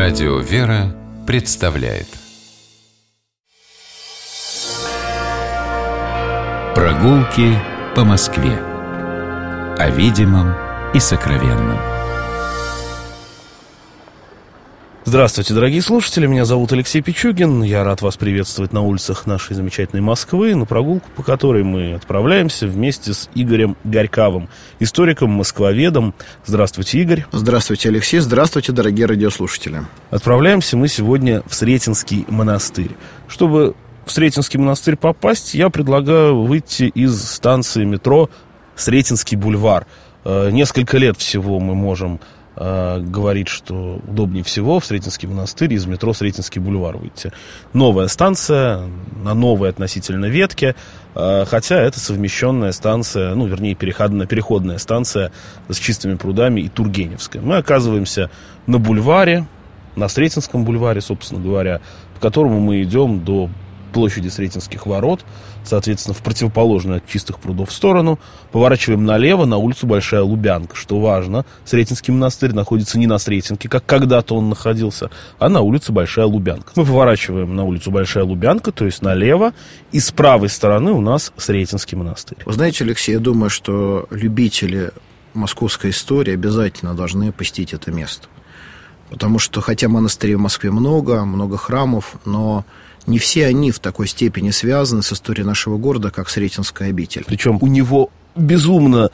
Радио «Вера» представляет Прогулки по Москве. О видимом и сокровенном. Здравствуйте, дорогие слушатели, меня зовут Алексей Пичугин. Я рад вас приветствовать на улицах нашей замечательной Москвы, на прогулку, по которой мы отправляемся вместе с Игорем Горьковым, историком, москвоведом. Здравствуйте, Игорь. Здравствуйте, Алексей. Здравствуйте, дорогие радиослушатели. Отправляемся мы сегодня в Сретенский монастырь. Чтобы в Сретенский монастырь попасть, я предлагаю выйти из станции метро Сретенский бульвар. Несколько лет всего мы можем говорит, что удобнее всего в Сретенский монастырь из метро Сретенский бульвар выйти. Новая станция, на новой относительно ветке, хотя это совмещенная станция, вернее, переходная станция с Чистыми прудами и Тургеневская. Мы оказываемся на бульваре, на Сретенском бульваре, собственно говоря, по которому мы идем до площади Сретенских ворот, соответственно, в противоположную от Чистых прудов сторону, поворачиваем налево на улицу Большая Лубянка. Что важно, Сретенский монастырь находится не на Сретенке, как когда-то он находился, а на улице Большая Лубянка. Мы поворачиваем на улицу Большая Лубянка, то есть налево, и с правой стороны у нас Сретенский монастырь. Вы знаете, Алексей, я думаю, что любители московской истории обязательно должны посетить это место. Потому что, хотя монастырей в Москве много храмов, но не все они в такой степени связаны с историей нашего города, как Сретенская обитель. Причем у него безумно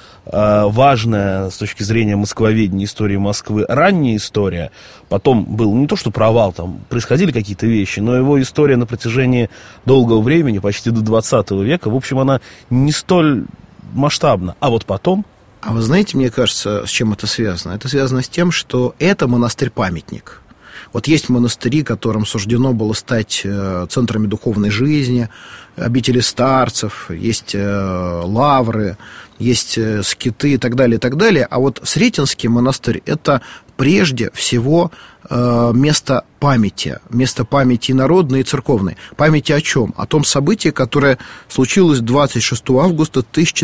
важная с точки зрения москвоведения истории Москвы ранняя история. Потом был не то что провал, там происходили какие-то вещи, но его история на протяжении долгого времени, почти до 20 века, в общем, она не столь масштабна. А вот потом... А вы знаете, мне кажется, с чем это связано? Это связано с тем, что это монастырь-памятник. Вот есть монастыри, которым суждено было стать центрами духовной жизни, обители старцев, есть лавры, есть скиты и так далее, и так далее. А вот Сретенский монастырь – это прежде всего место памяти и народной, и церковной. Памяти о чем? О том событии, которое случилось 26 августа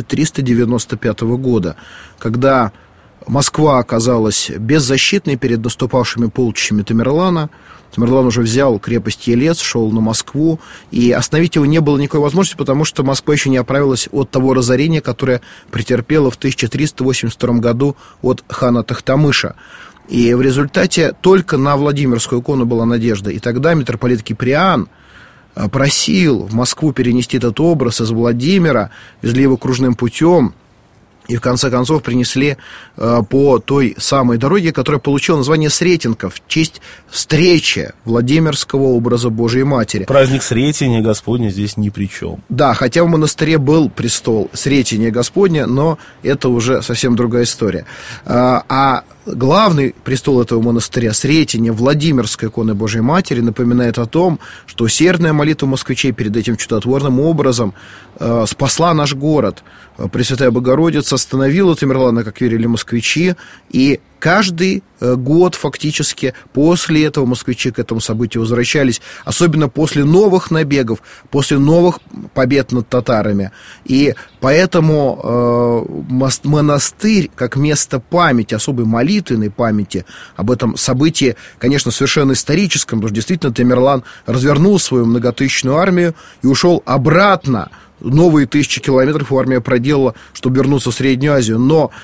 1395 года, когда Москва оказалась беззащитной перед наступавшими полчищами Тамерлана. Тамерлан уже взял крепость Елец, шел на Москву, и остановить его не было никакой возможности, потому что Москва еще не оправилась от того разорения, которое претерпела в 1382 году от хана Тохтамыша. И в результате только на Владимирскую икону была надежда. И тогда митрополит Киприан просил в Москву перенести этот образ из Владимира, везли его кружным путем, и в конце концов принесли по той самой дороге, которая получила название Сретенка в честь встречи Владимирского образа Божией Матери. Праздник Сретения Господня здесь ни при чем. Да, хотя в монастыре был престол Сретения Господня, но это уже совсем другая история. А главный престол этого монастыря, Сретения, Владимирской иконы Божией Матери, напоминает о том, что усердная молитва москвичей перед этим чудотворным образом спасла наш город. Пресвятая Богородица остановила Тамерлана, как верили москвичи, и каждый год фактически после этого москвичи к этому событию возвращались, особенно после новых набегов, после новых побед над татарами. И поэтому монастырь, как место памяти, особой молитвенной памяти об этом событии, конечно, совершенно историческом, потому что действительно Тамерлан развернул свою многотысячную армию и ушел обратно. Новые 1000 километров армия проделала, чтобы вернуться в Среднюю Азию. Но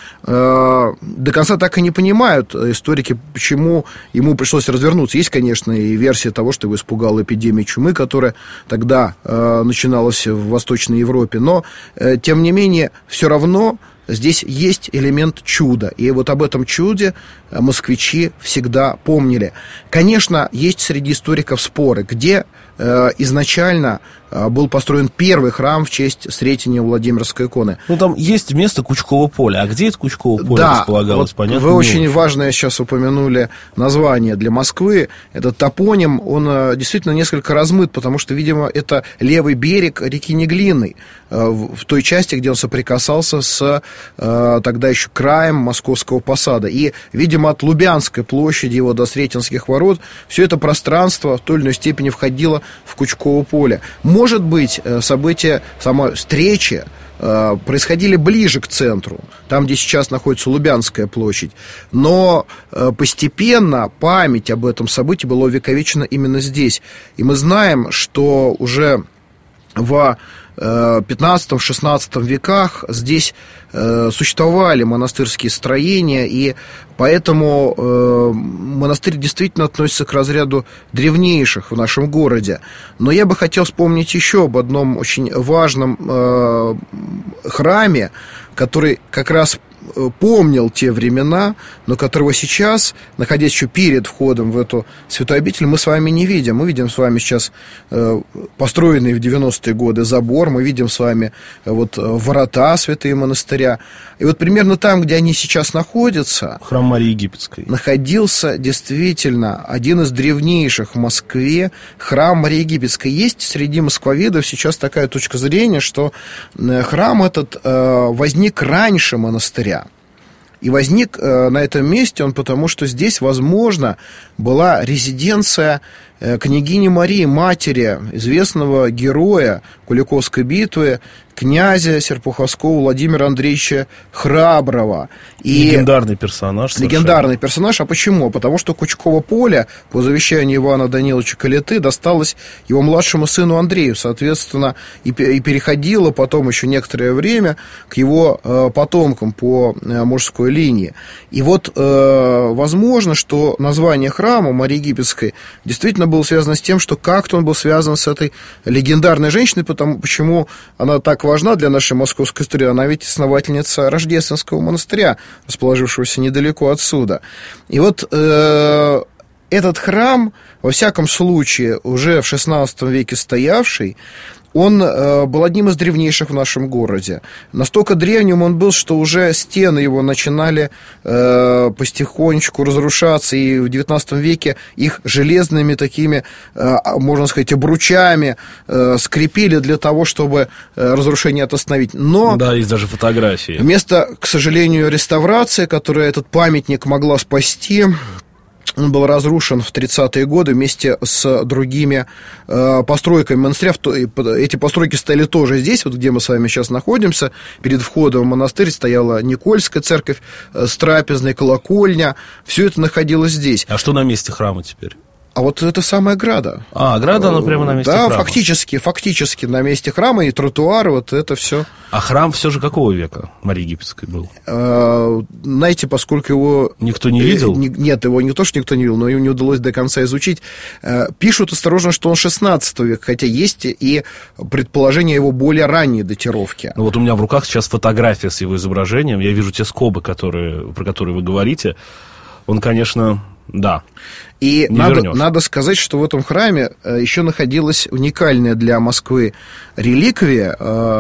до конца так и не понимают историки, почему ему пришлось развернуться. Есть, конечно, и версия того, что его испугала эпидемия чумы, которая тогда начиналась в Восточной Европе. Но, тем не менее, все равно здесь есть элемент чуда. И вот об этом чуде москвичи всегда помнили. Конечно, есть среди историков споры, где изначально был построен первый храм в честь Сретения Владимирской иконы. Там есть место Кучково поле. А где это Кучково поле располагалось? Вот понятно? Вы очень важное сейчас упомянули название для Москвы. Этот топоним, он действительно несколько размыт, потому что, видимо, это левый берег реки Неглинной, в той части, где он соприкасался с тогда еще краем Московского посада. И, видимо, от Лубянской площади его до Сретенских ворот все это пространство в той или иной степени входило в Кучково поле. Может быть, событие самой встречи происходили ближе к центру, там, где сейчас находится Лубянская площадь. Но постепенно память об этом событии была увековечена именно здесь. И мы знаем, что уже в 15-16 веках здесь существовали монастырские строения, и поэтому монастырь действительно относится к разряду древнейших в нашем городе. Но я бы хотел вспомнить еще об одном очень важном храме, который как раз помнил те времена, но которого сейчас, находясь еще перед входом в эту святую обитель, мы с вами не видим. Мы видим с вами сейчас построенный в 90-е годы забор, мы видим с вами вот ворота святые монастыря. И вот примерно там, где они сейчас находятся, храм Марии Египетской, находился действительно один из древнейших в Москве, храм Марии Египетской. Есть среди москвоведов сейчас такая точка зрения, что храм этот возник раньше монастыря. И возник на этом месте он потому, что здесь, возможно, была резиденция княгини Марии, матери известного героя Куликовской битвы, князя Серпуховского Владимира Андреевича Храброго. И легендарный персонаж. Легендарный персонаж. А почему? Потому что Кучково поле по завещанию Ивана Даниловича Калиты досталось его младшему сыну Андрею, соответственно, и переходило потом еще некоторое время к его потомкам по мужской линии. И вот возможно, что название храма Марии Египетской действительно было связано с тем, что как-то он был связан с этой легендарной женщиной, почему она так важна для нашей московской истории. Она ведь основательница Рождественского монастыря, расположившегося недалеко отсюда. И вот этот храм, во всяком случае, уже в XVI веке стоявший, он был одним из древнейших в нашем городе. Настолько древним он был, что уже стены его начинали потихонечку разрушаться, и в XIX веке их железными такими, можно сказать, обручами скрепили для того, чтобы разрушение это остановить. Но да, есть даже фотографии. Вместо, к сожалению, реставрации, которая этот памятник могла спасти, он был разрушен в 30-е годы вместе с другими постройками монастыря. Эти постройки стояли тоже здесь, вот где мы с вами сейчас находимся. Перед входом в монастырь стояла Никольская церковь с трапезной, колокольня. Все это находилось здесь. А что на месте храма теперь? А вот это самая ограда. Ограда, она прямо на месте храма? Да, фактически на месте храма, и тротуар, вот это все. А храм все же какого века Марии Египетской был? Знаете, поскольку его... Никто не видел? Нет, его не то, что никто не видел, но ему не удалось до конца изучить. Пишут осторожно, что он 16 век, хотя есть и предположение его более ранней датировки. Ну вот у меня в руках сейчас фотография с его изображением. Я вижу те скобы, про которые вы говорите. Он, конечно... Да. И надо сказать, что в этом храме еще находилась уникальная для Москвы реликвия.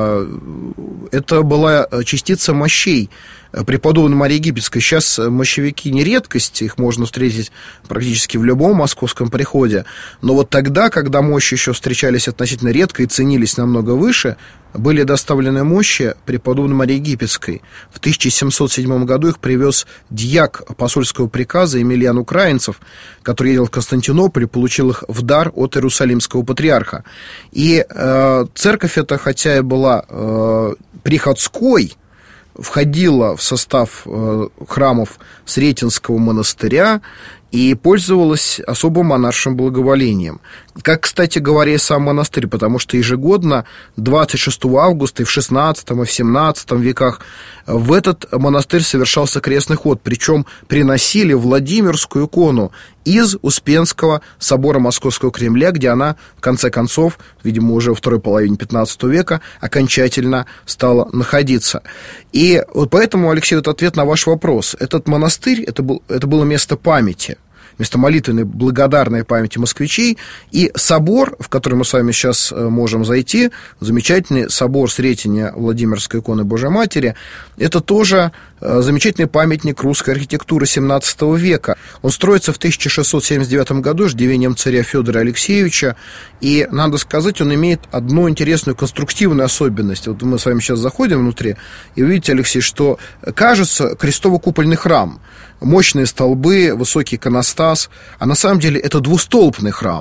Это была частица мощей преподобной Марии Египетской. Сейчас мощевики не редкость, их можно встретить практически в любом московском приходе. Но вот тогда, когда мощи еще встречались относительно редко и ценились намного выше, были доставлены мощи преподобной Марии Египетской. В 1707 году их привез дьяк посольского приказа Емельян Украинцев, который ездил в Константинополь и получил их в дар от Иерусалимского патриарха. И церковь эта, хотя и была приходской, входила в состав храмов Сретенского монастыря и пользовалась особым монаршим благоволением. Как, кстати говоря, и сам монастырь, потому что ежегодно 26 августа и в XVI, и в XVII веках в этот монастырь совершался крестный ход, причем приносили Владимирскую икону из Успенского собора Московского Кремля, где она, в конце концов, видимо, уже во второй половине XV века окончательно стала находиться. И вот поэтому, Алексей, вот ответ на ваш вопрос. Этот монастырь, это было место памяти, место молитвенной, благодарной памяти москвичей, и собор, в который мы с вами сейчас можем зайти, замечательный собор Сретения Владимирской иконы Божией Матери, это тоже замечательный памятник русской архитектуры XVII века. Он строится в 1679 году ждивением царя Федора Алексеевича, и, надо сказать, он имеет одну интересную конструктивную особенность. Вот мы с вами сейчас заходим внутри, и вы видите, Алексей, что кажется крестово-купольный храм, мощные столбы, высокий иконостас, а на самом деле это двустолпный храм.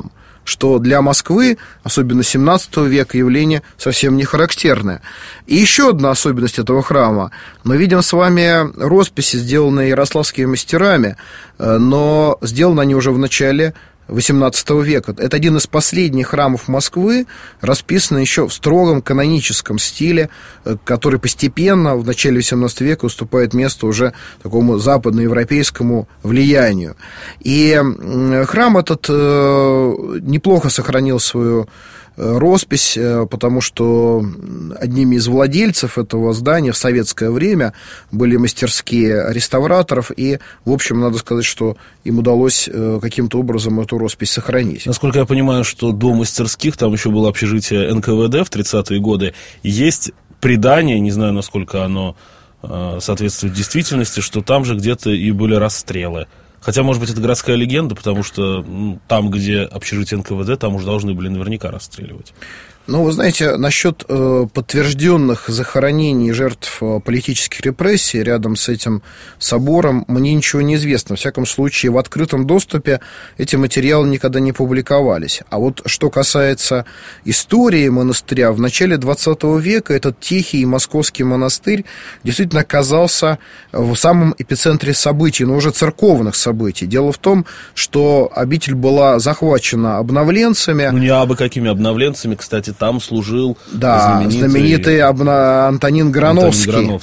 что для Москвы, особенно XVII века, явление совсем не характерное. И еще одна особенность этого храма. Мы видим с вами росписи, сделанные ярославскими мастерами, но сделаны они уже в начале XVIII века. Это один из последних храмов Москвы, расписанный еще в строгом каноническом стиле, который постепенно в начале XVIII века уступает место уже такому западноевропейскому влиянию. И храм этот неплохо сохранил свою роспись, потому что одними из владельцев этого здания в советское время были мастерские реставраторов, и, в общем, надо сказать, что им удалось каким-то образом эту роспись сохранить. Насколько я понимаю, что до мастерских, там еще было общежитие НКВД в 30-е годы, есть предание, не знаю, насколько оно соответствует действительности, что там же где-то и были расстрелы. Хотя, может быть, это городская легенда, потому что там, где общежитие НКВД, там уже должны были наверняка расстреливать. Ну, вы знаете, насчет подтвержденных захоронений жертв политических репрессий рядом с этим собором мне ничего не известно. Во всяком случае, в открытом доступе эти материалы никогда не публиковались. А вот что касается истории монастыря, в начале XX века этот тихий московский монастырь действительно оказался в самом эпицентре событий, но уже церковных событий. Дело в том, что обитель была захвачена обновленцами. Ну, не абы какими обновленцами, кстати, там служил знаменитый Антонин Грановский,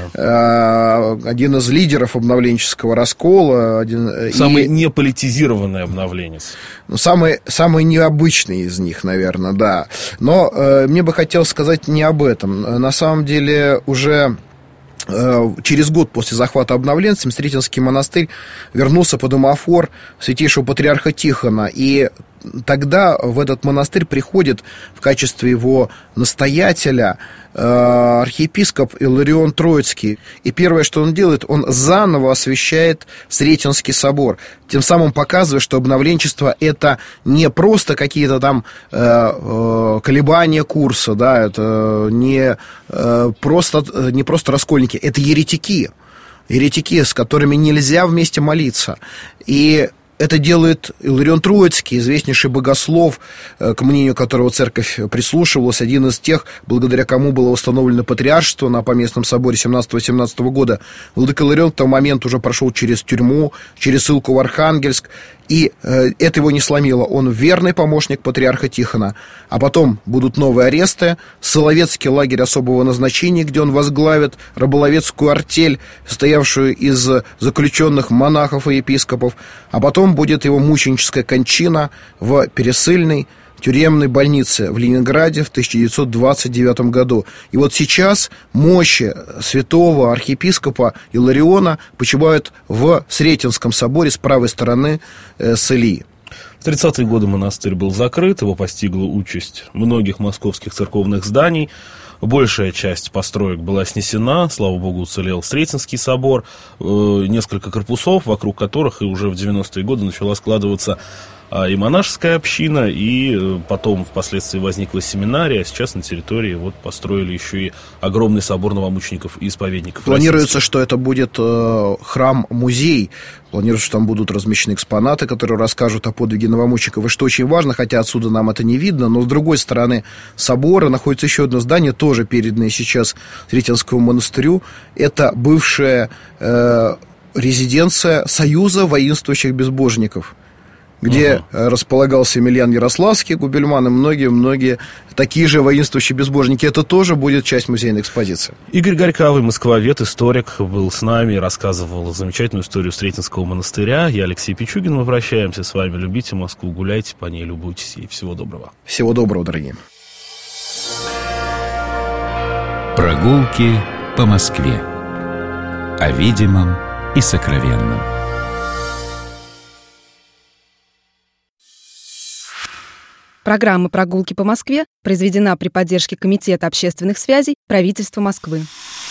один из лидеров обновленческого раскола. Самый неполитизированный обновленец. Самый необычный из них, наверное, да. Но мне бы хотелось сказать не об этом. На самом деле, уже через год после захвата обновленцами Сретенский монастырь вернулся под омофор святейшего патриарха Тихона. И тогда в этот монастырь приходит в качестве его настоятеля архиепископ Иларион Троицкий. И первое, что он делает, он заново освящает Сретенский собор, тем самым показывая, что обновленчество — это не просто какие-то там колебания курса, да, это не просто раскольники, это еретики, с которыми нельзя вместе молиться. И это делает Иларион Троицкий, известнейший богослов, к мнению которого церковь прислушивалась, один из тех, благодаря кому было восстановлено патриаршество на Поместном соборе 17-18 года. Владыка Иларион в тот момент уже прошел через тюрьму, через ссылку в Архангельск, и это его не сломило. Он верный помощник патриарха Тихона. А потом будут новые аресты, Соловецкий лагерь особого назначения, где он возглавит раболовецкую артель, состоявшую из заключенных монахов и епископов. А потом будет его мученическая кончина в Пересыльной тюремной больнице в Ленинграде в 1929 году. И вот сейчас мощи святого архиепископа Илариона почивают в Сретенском соборе с правой стороны с Ильи. В 30-е годы монастырь был закрыт, его постигла участь многих московских церковных зданий. Большая часть построек была снесена, слава богу, уцелел Сретенский собор, несколько корпусов, вокруг которых и уже в 90-е годы начала складываться и монашеская община, и потом впоследствии возникла семинария, а сейчас на территории вот построили еще и огромный собор новомучеников и исповедников. Планируется, что это будет храм-музей. Планируется, что там будут размещены экспонаты, которые расскажут о подвиге новомучеников, и что очень важно, хотя отсюда нам это не видно, но с другой стороны собора находится еще одно здание, тоже переданное сейчас Сретенскому монастырю. Это бывшая резиденция Союза воинствующих безбожников, где располагался Емельян Ярославский, Губельман и многие такие же воинствующие безбожники. Это тоже будет часть музейной экспозиции. Игорь Горькавый, москвовед, историк, был с нами и рассказывал замечательную историю Сретенского монастыря. Я Алексей Пичугин. Мы прощаемся с вами. Любите Москву, гуляйте по ней, любуйтесь ей. Всего доброго. Всего доброго, дорогие. Прогулки по Москве. О видимом и сокровенном. Программа «Прогулки по Москве» произведена при поддержке Комитета общественных связей правительства Москвы.